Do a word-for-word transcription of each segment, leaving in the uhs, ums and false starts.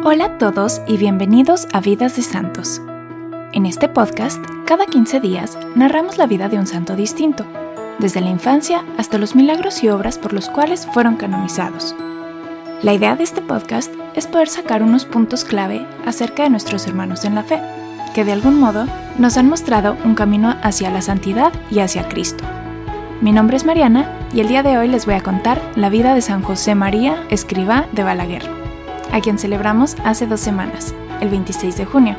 Hola a todos y bienvenidos a Vidas de Santos. En este podcast, cada quince días, narramos la vida de un santo distinto, desde la infancia hasta los milagros y obras por los cuales fueron canonizados. La idea de este podcast es poder sacar unos puntos clave acerca de nuestros hermanos en la fe, que de algún modo nos han mostrado un camino hacia la santidad y hacia Cristo. Mi nombre es Mariana y el día de hoy les voy a contar la vida de San José María Escrivá de Balaguer, a quien celebramos hace dos semanas, el veintiséis de junio.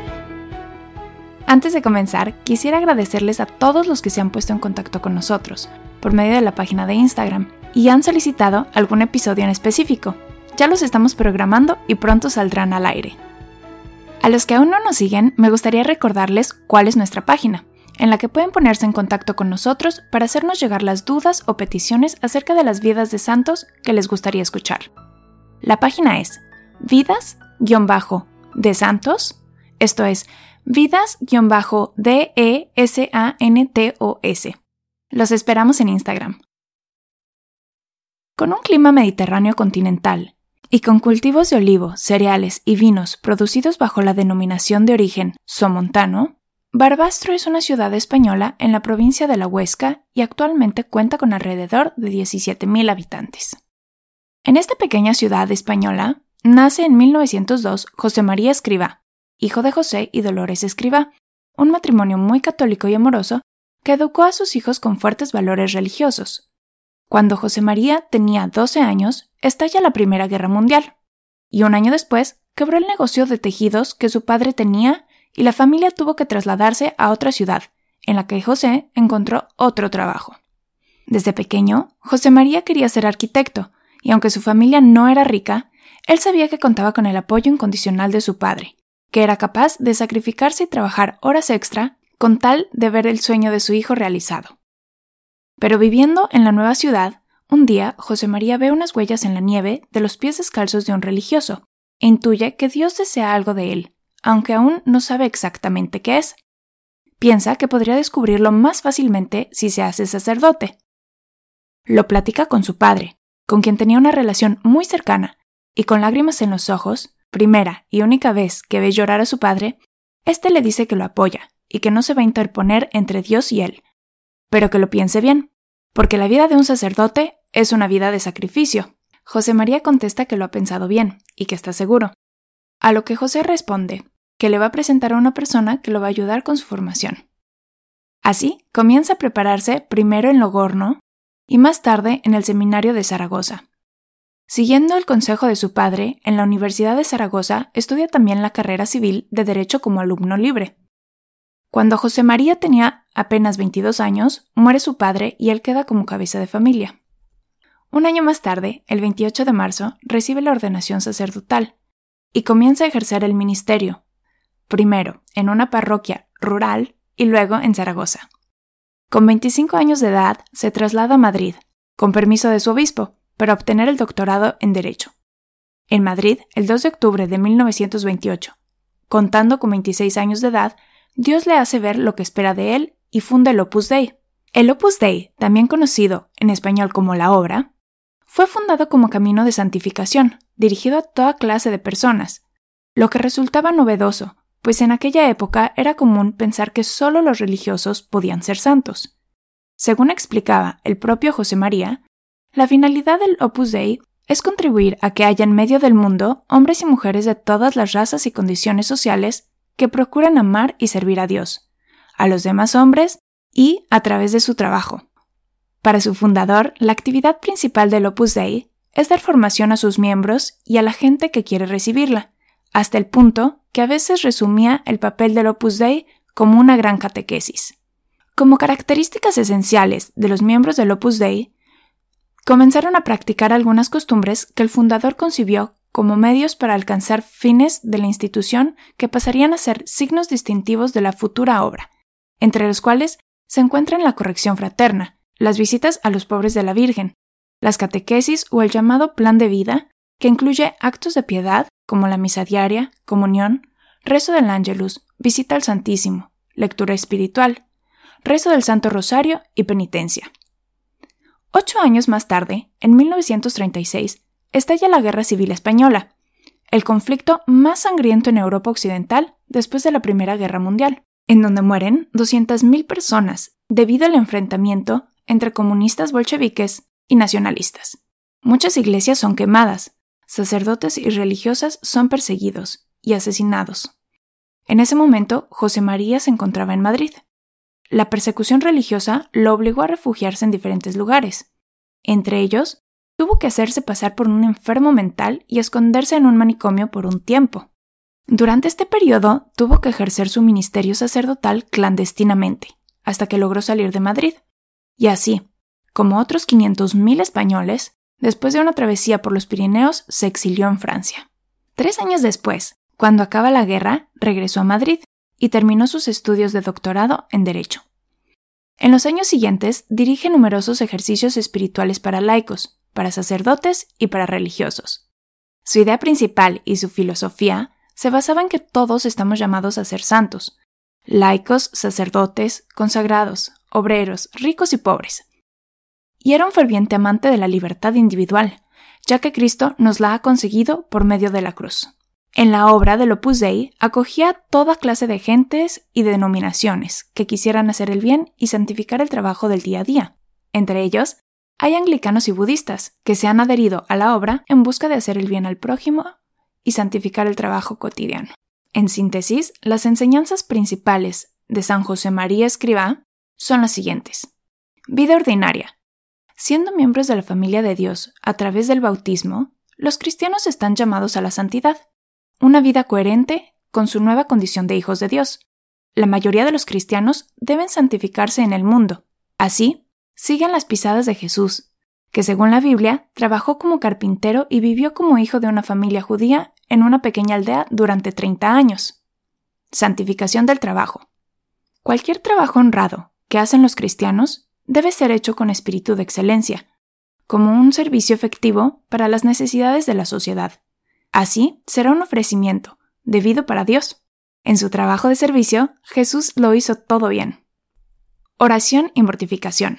Antes de comenzar, quisiera agradecerles a todos los que se han puesto en contacto con nosotros, por medio de la página de Instagram, y han solicitado algún episodio en específico. Ya los estamos programando y pronto saldrán al aire. A los que aún no nos siguen, me gustaría recordarles cuál es nuestra página, en la que pueden ponerse en contacto con nosotros para hacernos llegar las dudas o peticiones acerca de las vidas de santos que les gustaría escuchar. La página es vidas-de santos, esto es vidas-de e s a n t o s. Los esperamos en Instagram. Con un clima mediterráneo continental y con cultivos de olivo, cereales y vinos producidos bajo la denominación de origen somontano, Barbastro es una ciudad española en la provincia de la Huesca y actualmente cuenta con alrededor de diecisiete mil habitantes. En esta pequeña ciudad española nace en mil novecientos dos José María Escrivá, hijo de José y Dolores Escrivá, un matrimonio muy católico y amoroso que educó a sus hijos con fuertes valores religiosos. Cuando José María tenía doce años, estalla la Primera Guerra Mundial, y un año después quebró el negocio de tejidos que su padre tenía y la familia tuvo que trasladarse a otra ciudad, en la que José encontró otro trabajo. Desde pequeño, José María quería ser arquitecto, y aunque su familia no era rica, él sabía que contaba con el apoyo incondicional de su padre, que era capaz de sacrificarse y trabajar horas extra con tal de ver el sueño de su hijo realizado. Pero viviendo en la nueva ciudad, un día José María ve unas huellas en la nieve de los pies descalzos de un religioso e intuye que Dios desea algo de él, aunque aún no sabe exactamente qué es. Piensa que podría descubrirlo más fácilmente si se hace sacerdote. Lo platica con su padre, con quien tenía una relación muy cercana, y con lágrimas en los ojos, primera y única vez que ve llorar a su padre, éste le dice que lo apoya y que no se va a interponer entre Dios y él, pero que lo piense bien, porque la vida de un sacerdote es una vida de sacrificio. José María contesta que lo ha pensado bien y que está seguro, a lo que José responde que le va a presentar a una persona que lo va a ayudar con su formación. Así, comienza a prepararse primero en Logroño y más tarde en el seminario de Zaragoza. Siguiendo el consejo de su padre, en la Universidad de Zaragoza estudia también la carrera civil de Derecho como alumno libre. Cuando José María tenía apenas veintidós años, muere su padre y él queda como cabeza de familia. Un año más tarde, el veintiocho de marzo, recibe la ordenación sacerdotal y comienza a ejercer el ministerio, primero en una parroquia rural y luego en Zaragoza. Con veinticinco años de edad, se traslada a Madrid, con permiso de su obispo, para obtener el doctorado en Derecho. En Madrid, el dos de octubre de mil novecientos veintiocho, contando con veintiséis años de edad, Dios le hace ver lo que espera de él y funda el Opus Dei. El Opus Dei, también conocido en español como la Obra, fue fundado como camino de santificación, dirigido a toda clase de personas, lo que resultaba novedoso, pues en aquella época era común pensar que solo los religiosos podían ser santos. Según explicaba el propio José María, la finalidad del Opus Dei es contribuir a que haya en medio del mundo hombres y mujeres de todas las razas y condiciones sociales que procuren amar y servir a Dios, a los demás hombres y a través de su trabajo. Para su fundador, la actividad principal del Opus Dei es dar formación a sus miembros y a la gente que quiere recibirla, hasta el punto que a veces resumía el papel del Opus Dei como una gran catequesis. Como características esenciales de los miembros del Opus Dei, comenzaron a practicar algunas costumbres que el fundador concibió como medios para alcanzar fines de la institución que pasarían a ser signos distintivos de la futura obra, entre los cuales se encuentran la corrección fraterna, las visitas a los pobres de la Virgen, las catequesis o el llamado plan de vida, que incluye actos de piedad como la misa diaria, comunión, rezo del Ángelus, visita al Santísimo, lectura espiritual, rezo del Santo Rosario y penitencia. Ocho años más tarde, en mil novecientos treinta y seis, estalla la Guerra Civil Española, el conflicto más sangriento en Europa Occidental después de la Primera Guerra Mundial, en donde mueren doscientas mil personas debido al enfrentamiento entre comunistas bolcheviques y nacionalistas. Muchas iglesias son quemadas, sacerdotes y religiosas son perseguidos y asesinados. En ese momento, José María se encontraba en Madrid. La persecución religiosa lo obligó a refugiarse en diferentes lugares. Entre ellos, tuvo que hacerse pasar por un enfermo mental y esconderse en un manicomio por un tiempo. Durante este periodo, tuvo que ejercer su ministerio sacerdotal clandestinamente, hasta que logró salir de Madrid. Y así, como otros quinientos mil españoles, después de una travesía por los Pirineos, se exilió en Francia. Tres años después, cuando acaba la guerra, regresó a Madrid y terminó sus estudios de doctorado en Derecho. En los años siguientes, dirige numerosos ejercicios espirituales para laicos, para sacerdotes y para religiosos. Su idea principal y su filosofía se basaba en que todos estamos llamados a ser santos, laicos, sacerdotes, consagrados, obreros, ricos y pobres. Y era un ferviente amante de la libertad individual, ya que Cristo nos la ha conseguido por medio de la cruz. En la obra del Opus Dei acogía toda clase de gentes y denominaciones que quisieran hacer el bien y santificar el trabajo del día a día. Entre ellos, hay anglicanos y budistas que se han adherido a la obra en busca de hacer el bien al prójimo y santificar el trabajo cotidiano. En síntesis, las enseñanzas principales de San José María Escrivá son las siguientes. Vida ordinaria. Siendo miembros de la familia de Dios a través del bautismo, los cristianos están llamados a la santidad. Una vida coherente con su nueva condición de hijos de Dios. La mayoría de los cristianos deben santificarse en el mundo. Así, siguen las pisadas de Jesús, que según la Biblia trabajó como carpintero y vivió como hijo de una familia judía en una pequeña aldea durante treinta años. Santificación del trabajo. Cualquier trabajo honrado que hacen los cristianos debe ser hecho con espíritu de excelencia, como un servicio efectivo para las necesidades de la sociedad. Así, será un ofrecimiento, debido para Dios. En su trabajo de servicio, Jesús lo hizo todo bien. Oración y mortificación.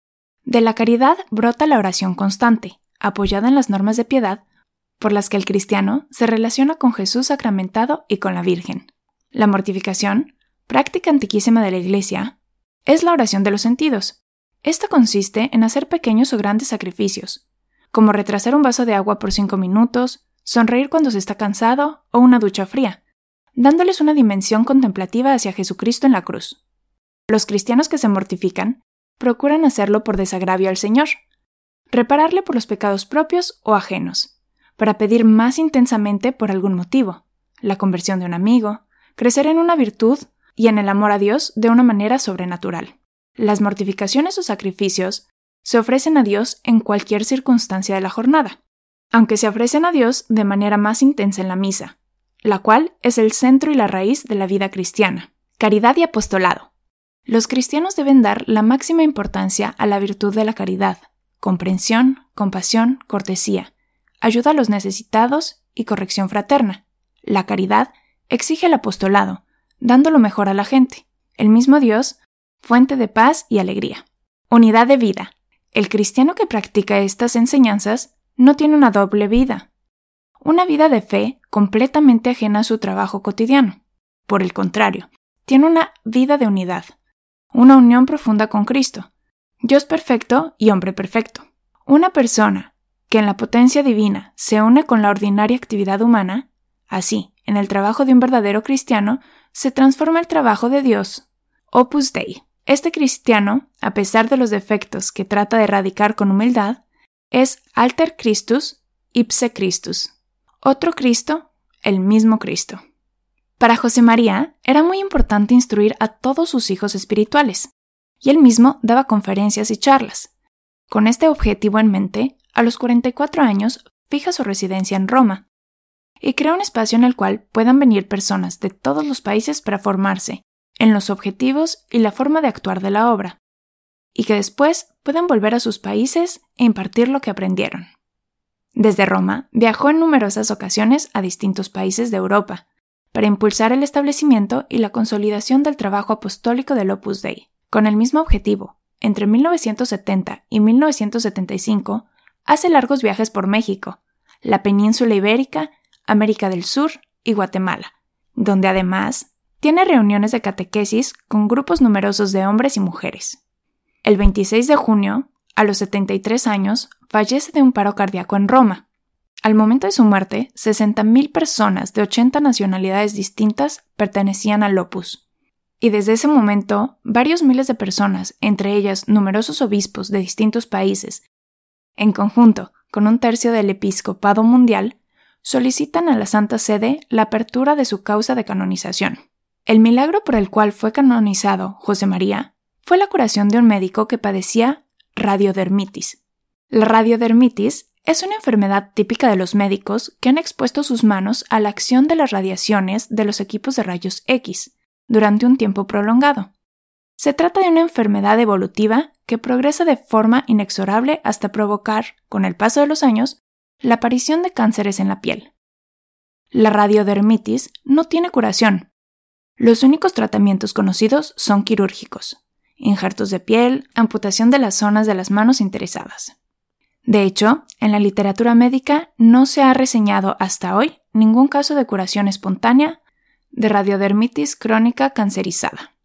De la caridad brota la oración constante, apoyada en las normas de piedad, por las que el cristiano se relaciona con Jesús sacramentado y con la Virgen. La mortificación, práctica antiquísima de la Iglesia, es la oración de los sentidos. Esta consiste en hacer pequeños o grandes sacrificios, como retrasar un vaso de agua por cinco minutos, sonreír cuando se está cansado o una ducha fría, dándoles una dimensión contemplativa hacia Jesucristo en la cruz. Los cristianos que se mortifican procuran hacerlo por desagravio al Señor, repararle por los pecados propios o ajenos, para pedir más intensamente por algún motivo, la conversión de un amigo, crecer en una virtud y en el amor a Dios de una manera sobrenatural. Las mortificaciones o sacrificios se ofrecen a Dios en cualquier circunstancia de la jornada, aunque se ofrecen a Dios de manera más intensa en la misa, la cual es el centro y la raíz de la vida cristiana. Caridad y apostolado. Los cristianos deben dar la máxima importancia a la virtud de la caridad, comprensión, compasión, cortesía, ayuda a los necesitados y corrección fraterna. La caridad exige el apostolado, dando lo mejor a la gente, el mismo Dios, fuente de paz y alegría. Unidad de vida. El cristiano que practica estas enseñanzas no tiene una doble vida, una vida de fe completamente ajena a su trabajo cotidiano. Por el contrario, tiene una vida de unidad, una unión profunda con Cristo, Dios perfecto y hombre perfecto. Una persona que en la potencia divina se une con la ordinaria actividad humana, así, en el trabajo de un verdadero cristiano, se transforma el trabajo de Dios. Opus Dei. Este cristiano, a pesar de los defectos que trata de erradicar con humildad, es alter Christus, ipse Christus. Otro Cristo, el mismo Cristo. Para José María era muy importante instruir a todos sus hijos espirituales, y él mismo daba conferencias y charlas. Con este objetivo en mente, a los cuarenta y cuatro años fija su residencia en Roma, y crea un espacio en el cual puedan venir personas de todos los países para formarse en los objetivos y la forma de actuar de la obra, y que después puedan volver a sus países e impartir lo que aprendieron. Desde Roma, viajó en numerosas ocasiones a distintos países de Europa para impulsar el establecimiento y la consolidación del trabajo apostólico del Opus Dei. Con el mismo objetivo, entre mil novecientos setenta y mil novecientos setenta y cinco, hace largos viajes por México, la península ibérica, América del Sur y Guatemala, donde además tiene reuniones de catequesis con grupos numerosos de hombres y mujeres. El veintiséis de junio, a los setenta y tres años, fallece de un paro cardíaco en Roma. Al momento de su muerte, sesenta mil personas de ochenta nacionalidades distintas pertenecían al Opus. Y desde ese momento, varios miles de personas, entre ellas numerosos obispos de distintos países, en conjunto con un tercio del episcopado mundial, solicitan a la Santa Sede la apertura de su causa de canonización. El milagro por el cual fue canonizado José María fue la curación de un médico que padecía radiodermitis. La radiodermitis es una enfermedad típica de los médicos que han expuesto sus manos a la acción de las radiaciones de los equipos de rayos X durante un tiempo prolongado. Se trata de una enfermedad evolutiva que progresa de forma inexorable hasta provocar, con el paso de los años, la aparición de cánceres en la piel. La radiodermitis no tiene curación. Los únicos tratamientos conocidos son quirúrgicos, injertos de piel, amputación de las zonas de las manos interesadas. De hecho, en la literatura médica no se ha reseñado hasta hoy ningún caso de curación espontánea de radiodermitis crónica cancerizada.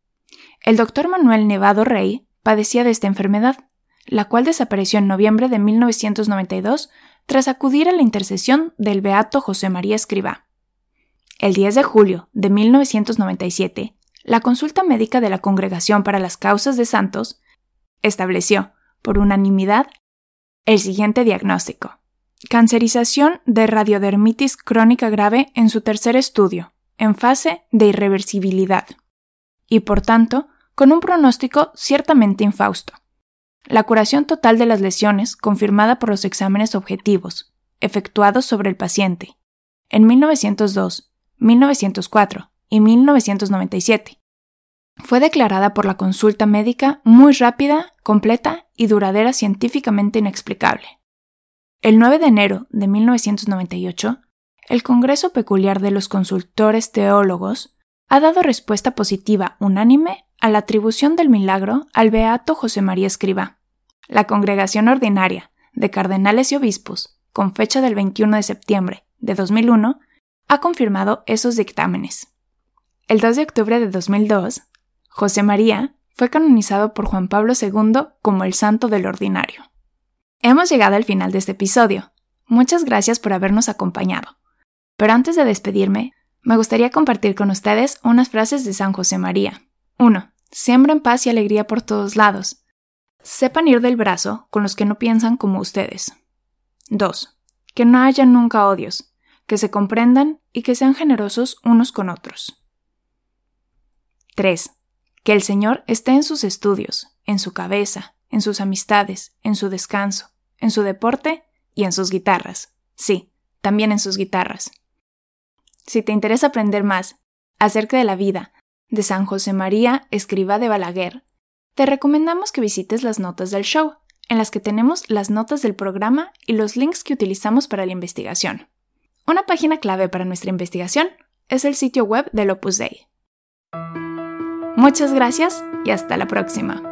El doctor Manuel Nevado Rey padecía de esta enfermedad, la cual desapareció en noviembre de mil novecientos noventa y dos tras acudir a la intercesión del beato José María Escrivá. El diez de julio de mil novecientos noventa y siete, la consulta médica de la Congregación para las Causas de Santos estableció, por unanimidad, el siguiente diagnóstico: cancerización de radiodermitis crónica grave en su tercer estudio, en fase de irreversibilidad, y por tanto, con un pronóstico ciertamente infausto. La curación total de las lesiones confirmada por los exámenes objetivos, efectuados sobre el paciente, en mil novecientos dos, mil novecientos cuatro y mil novecientos noventa y siete. Fue declarada por la consulta médica muy rápida, completa y duradera, científicamente inexplicable. El nueve de enero de mil novecientos noventa y ocho, el Congreso Peculiar de los Consultores Teólogos ha dado respuesta positiva unánime a la atribución del milagro al beato José María Escrivá. La Congregación Ordinaria de Cardenales y Obispos, con fecha del veintiuno de septiembre de dos mil uno, ha confirmado esos dictámenes. El dos de octubre de dos mil dos, José María fue canonizado por Juan Pablo segundo como el Santo del Ordinario. Hemos llegado al final de este episodio. Muchas gracias por habernos acompañado. Pero antes de despedirme, me gustaría compartir con ustedes unas frases de San José María. uno. Siembren paz y alegría por todos lados. Sepan ir del brazo con los que no piensan como ustedes. dos. Que no haya nunca odios, que se comprendan y que sean generosos unos con otros. tres. Que el Señor esté en sus estudios, en su cabeza, en sus amistades, en su descanso, en su deporte y en sus guitarras. Sí, también en sus guitarras. Si te interesa aprender más acerca de la vida de San José María Escrivá de Balaguer, te recomendamos que visites las notas del show, en las que tenemos las notas del programa y los links que utilizamos para la investigación. Una página clave para nuestra investigación es el sitio web del Opus Dei. Muchas gracias y hasta la próxima.